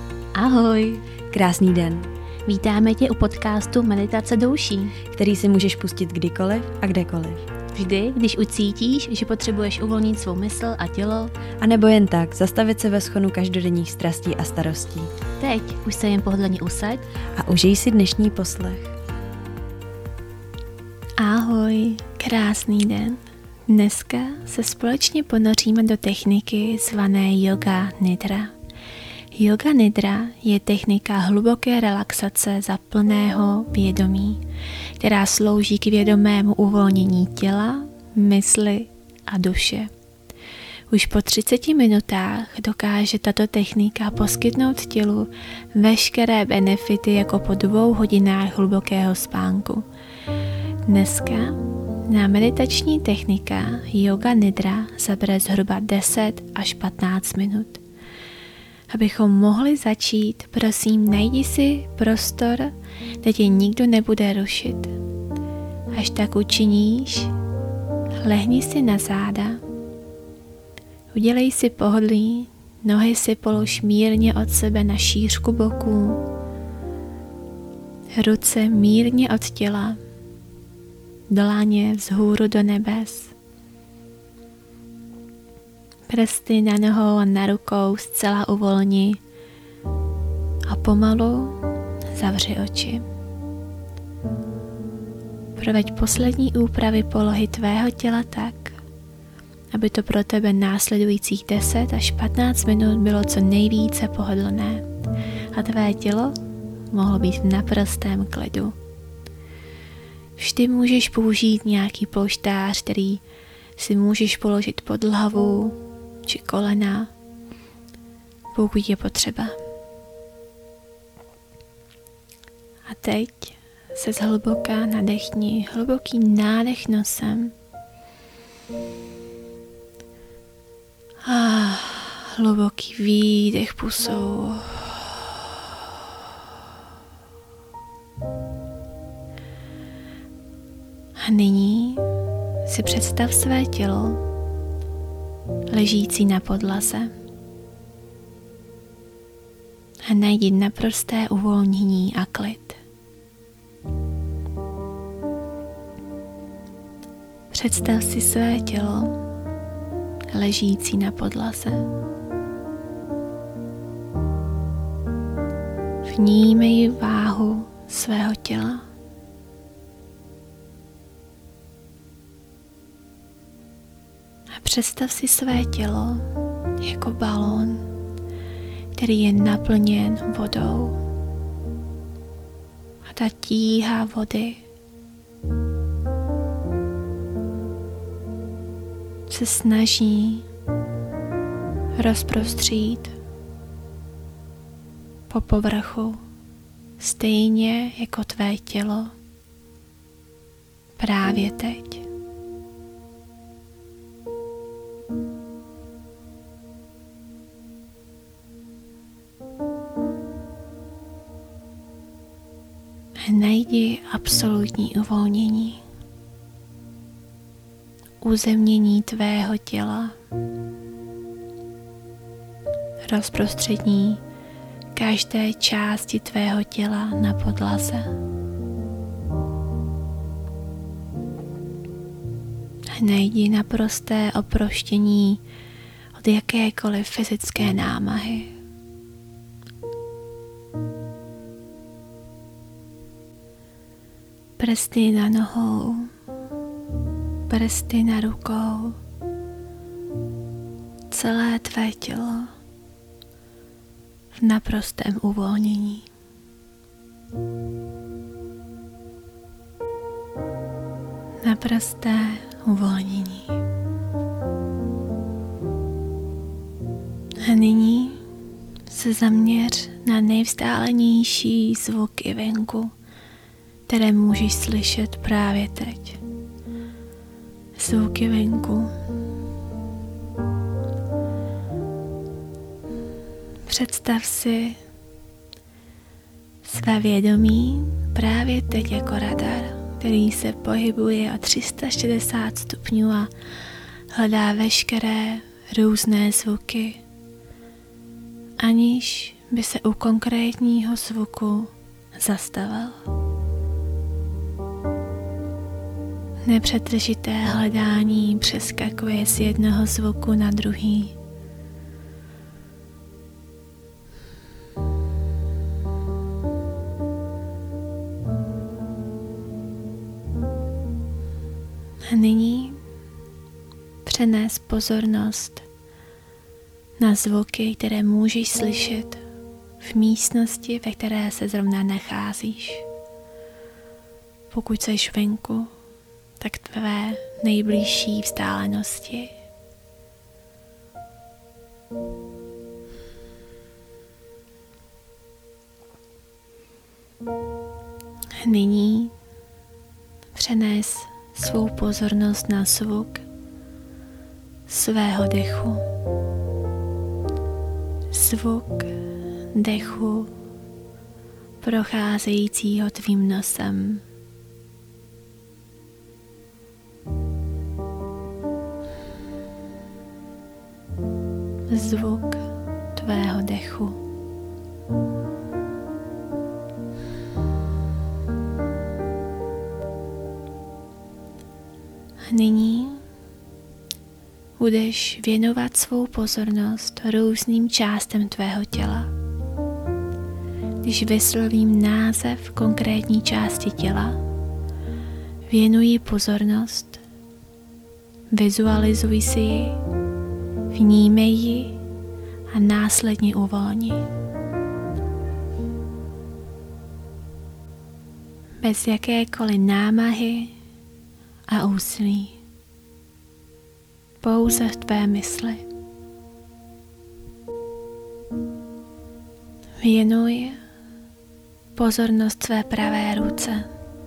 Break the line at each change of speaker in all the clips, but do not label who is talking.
Ahoj!
Krásný den.
Vítáme tě u podcastu Meditace douší,
který si můžeš pustit kdykoliv a kdekoliv.
Vždy, když už cítíš, že potřebuješ uvolnit svou mysl a tělo,
a nebo jen tak zastavit se ve schonu každodenních strastí a starostí.
Teď už se jen pohodlně usaď
a užij si dnešní poslech.
Ahoj, krásný den. Dneska se společně ponoříme do techniky zvané Yoga Nidra. Yoga Nidra je technika hluboké relaxace za plného vědomí, která slouží k vědomému uvolnění těla, mysli a duše. Už po 30 minutách dokáže tato technika poskytnout tělu veškeré benefity jako po 2 hodinách hlubokého spánku. Dneska nám meditační technika Yoga Nidra zabere zhruba 10 až 15 minut. Abychom mohli začít, prosím, najdi si prostor, kde tě nikdo nebude rušit. Až tak učiníš, lehni si na záda, udělej si pohodlí, nohy si polož mírně od sebe na šířku boků, ruce mírně od těla, dlaně vzhůru do nebes. Prsty na nohou a na rukou zcela uvolni a pomalu zavři oči. Proveď poslední úpravy polohy tvého těla tak, aby to pro tebe následujících 10 až 15 minut bylo co nejvíce pohodlné a tvé tělo mohlo být v naprostém klidu. Vždy můžeš použít nějaký polštář, který si můžeš položit pod hlavu či kolena, pokud je potřeba. A teď se zhluboka nadechni, hluboký nádech nosem a hluboký výdech pusou. A nyní si představ své tělo ležící na podlaze a najdi naprosté uvolnění a klid. Představ si své tělo ležící na podlaze. Vnímej váhu svého těla. Představ si své tělo jako balón, který je naplněn vodou. A ta tíha vody se snaží rozprostřít po povrchu, stejně jako tvé tělo právě teď. Najdi absolutní uvolnění, uzemnění tvého těla, rozprostřední každé části tvého těla na podlaze. Najdi naprosté oproštění od jakékoliv fyzické námahy. Prsty na nohou, prsty na rukou, celé tvé tělo v naprostém uvolnění. Naprosté uvolnění. A nyní se zaměř na nejvzdálenější zvuky venku, které můžeš slyšet právě teď. Zvuky venku. Představ si své vědomí právě teď jako radar, který se pohybuje o 360 stupňů a hledá veškeré různé zvuky, aniž by se u konkrétního zvuku zastavil. Nepřetržité hledání přeskakuje z jednoho zvuku na druhý. A nyní přenés pozornost na zvuky, které můžeš slyšet v místnosti, ve které se zrovna nacházíš. Pokud jsi venku, tak tvé nejbližší vzdálenosti. Nyní přenés svou pozornost na zvuk svého dechu. Zvuk dechu procházejícího tvým nosem. Zvuk tvého dechu. A nyní budeš věnovat svou pozornost různým částem tvého těla. Když vyslovím název konkrétní části těla, věnuj pozornost, vizualizuj si ji, vnímej ji a následně uvolni. Bez jakékoliv námahy a úsilí. Pouze v tvé mysli. Věnuj pozornost své pravé ruce.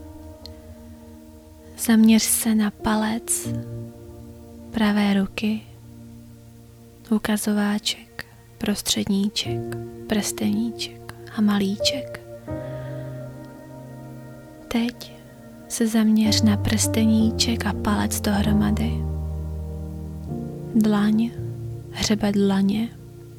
Zaměř se na palec pravé ruky, ukazováček, prostředníček, prsteníček a malíček. Teď se zaměř na prsteníček a palec dohromady. Dlaň, hřebet dlaně,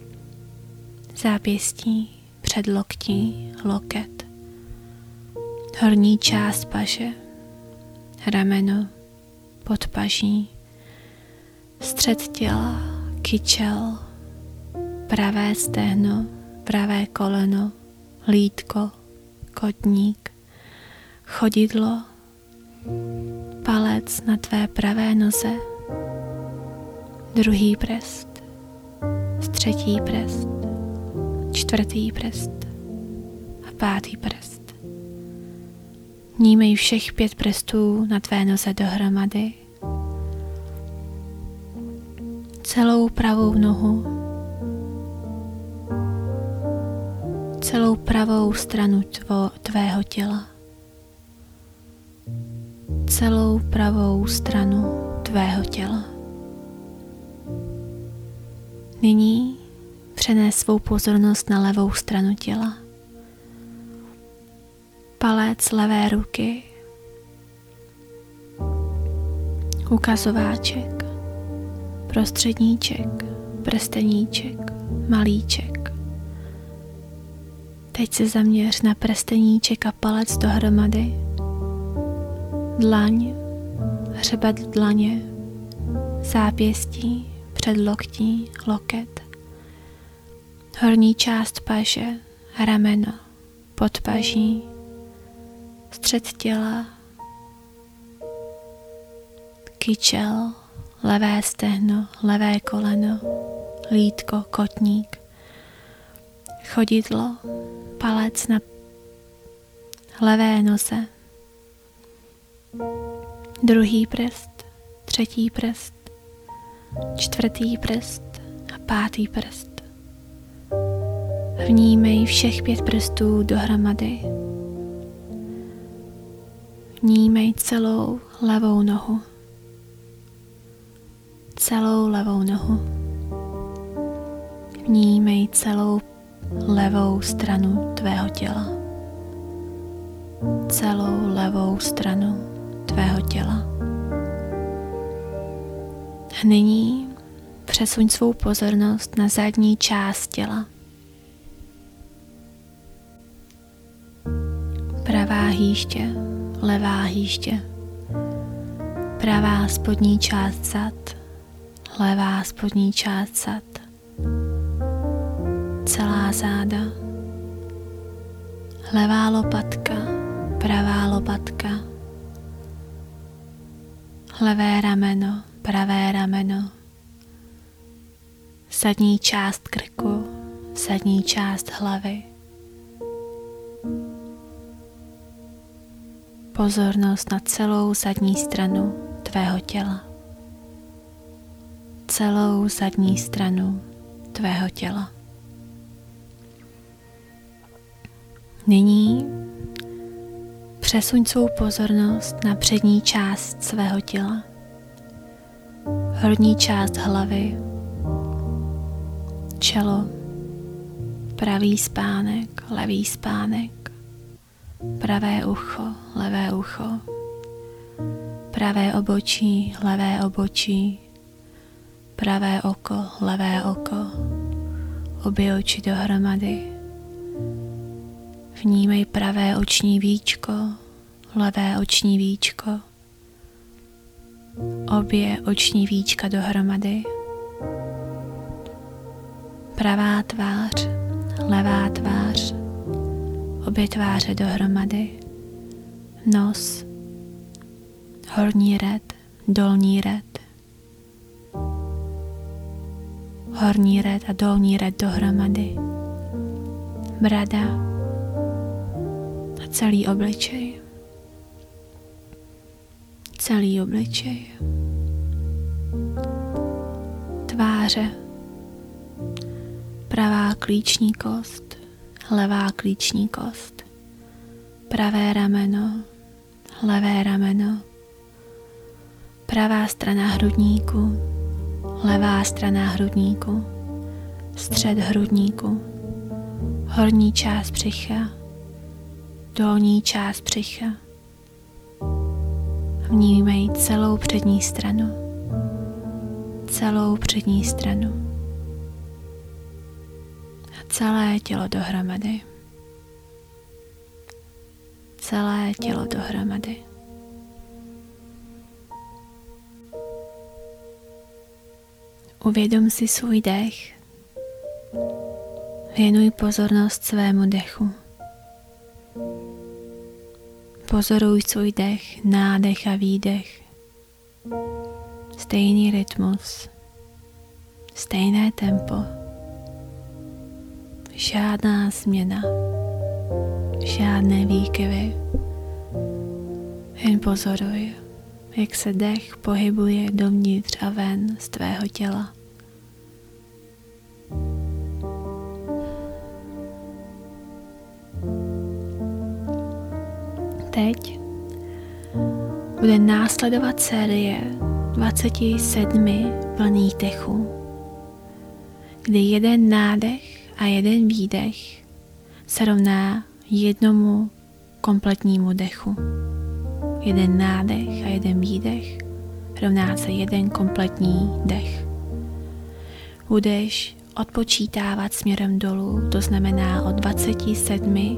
zápěstí, předloktí, loket, horní část paže, rameno, podpaží, střed těla, kyčel, pravé stehno, pravé koleno, lýtko, kotník, chodidlo, palec na tvé pravé noze, druhý prst, třetí prst, čtvrtý prst a pátý prst. Vnímej všech 5 prstů na tvé noze dohromady. Celou pravou nohu, celou pravou stranu tvého těla, celou pravou stranu tvého těla. Nyní přenés svou pozornost na levou stranu těla. Palec levé ruky, ukazováček, prostředníček, prsteníček, malíček. Teď se zaměř na prsteníček a palec dohromady. Dlaň, hřebet dlaně, zápěstí, předloktí, loket, horní část paže, rameno, podpaží, střed těla, kyčel, levé stehno, levé koleno, lýtko, kotník, chodidlo, palec na levé noze, druhý prst, třetí prst, čtvrtý prst a pátý prst. Vnímej všech 5 prstů dohromady. Vnímej celou levou nohu. Celou levou nohu. Vnímej celou levou stranu tvého těla. Celou levou stranu tvého těla. A nyní přesuň svou pozornost na zadní část těla. pravá hýště, levá hýště, pravá spodní část zad, levá spodní část zad, celá záda, levá lopatka, pravá lopatka, levé rameno, pravé rameno, zadní část krku, zadní část hlavy. Pozornost na celou zadní stranu tvého těla. Celou zadní stranu tvého těla. Nyní přesuň svou pozornost na přední část svého těla. Horní část hlavy, čelo, pravý spánek, levý spánek, pravé ucho, levé ucho, pravé obočí, levé obočí, pravé oko, levé oko, obě oči dohromady. Vnímej pravé oční víčko, levé oční víčko, obě oční víčka dohromady. Pravá tvář, levá tvář, obě tváře dohromady. Nos, horní red, dolní red, horní red a dolní red dohromady. Brada a celý obličej. Celý obličej. Tváře. Pravá klíční kost, levá klíční kost, pravé rameno, levé rameno, pravá strana hrudníku, levá strana hrudníku, střed hrudníku, horní část břicha, dolní část břicha. Vnímej celou přední stranu, celou přední stranu. Celé tělo dohromady. Celé tělo dohromady. Uvědom si svůj dech. Věnuj pozornost svému dechu. Pozoruj svůj dech, nádech a výdech. Stejný rytmus. Stejné tempo. Žádná změna, žádné výkyvy. Jen pozoruj, jak se dech pohybuje dovnitř a ven z tvého těla. Teď bude následovat série 27 plných dechů, kdy jeden nádech a jeden výdech se rovná jednomu kompletnímu dechu. Jeden nádech a jeden výdech rovná se jeden kompletní dech. Budeš odpočítávat směrem dolů, to znamená od 27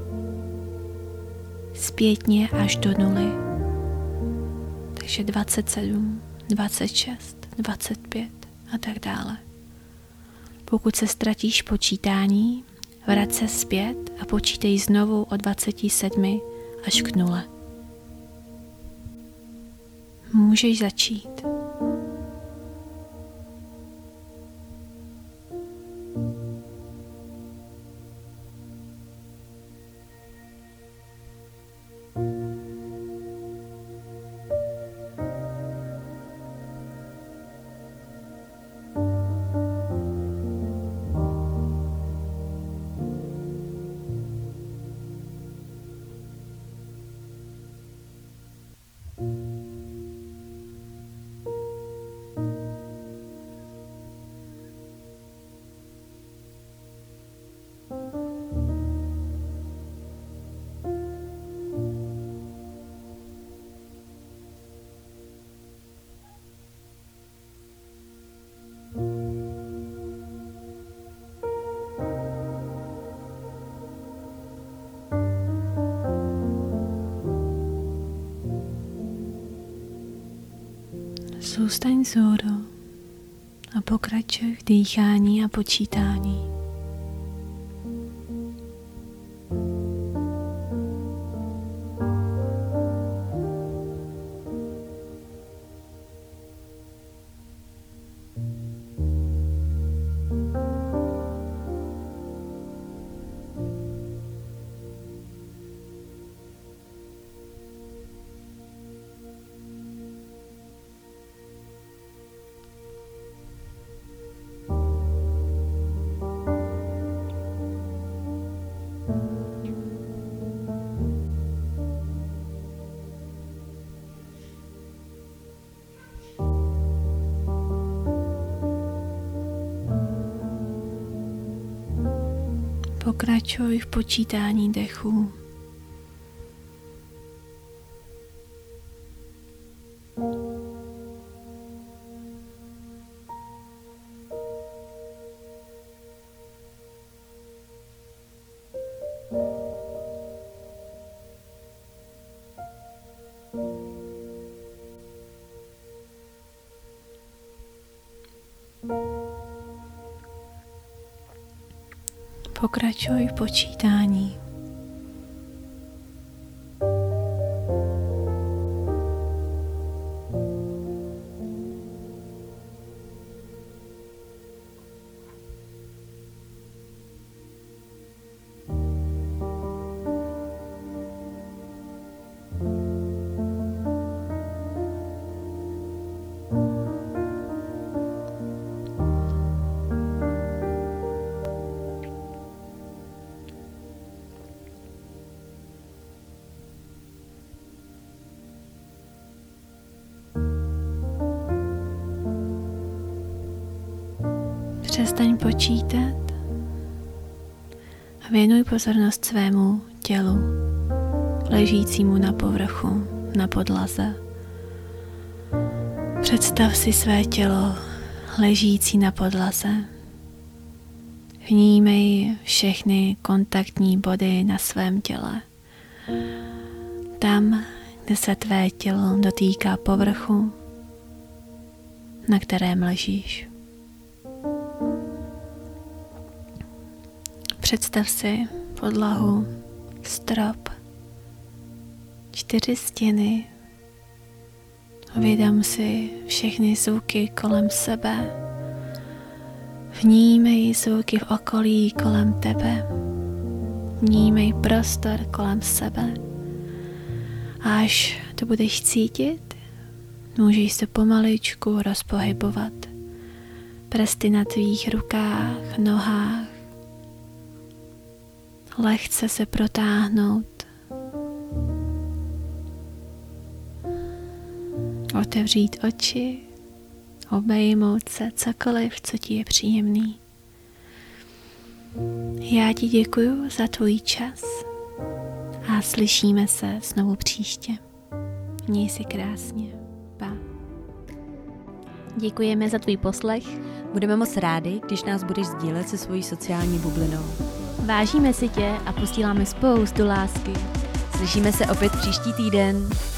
zpětně až do 0. Takže 27, 26, 25 a tak dále. Pokud se ztratíš počítání, vrať se zpět a počítej znovu od 27 až k 0. Můžeš začít. Zůstaň vzhůru a pokračuj v dýchání a počítání. Pokračuj v počítání dechů. Pokračuj v počítání. Přestaň počítat a věnuj pozornost svému tělu, ležícímu na povrchu, na podlaze. Představ si své tělo ležící na podlaze. Vnímej všechny kontaktní body na svém těle. Tam, kde se tvé tělo dotýká povrchu, na kterém ležíš. Představ si podlahu, strop, 4 stěny. Uvědom si všechny zvuky kolem sebe. Vnímej zvuky v okolí kolem tebe. Vnímej prostor kolem sebe. A až to budeš cítit, můžeš se pomaličku rozpohybovat. Prsty na tvých rukách, nohách. Lehce se protáhnout. Otevřít oči, obejmout se, cokoliv, co ti je příjemný. Já ti děkuju za tvůj čas a slyšíme se znovu příště. Měj si krásně. Pa.
Děkujeme za tvůj poslech. Budeme moc rádi, když nás budeš sdílet se svojí sociální bublinou.
Vážíme si tě a posíláme spoustu lásky.
Slyšíme se opět příští týden.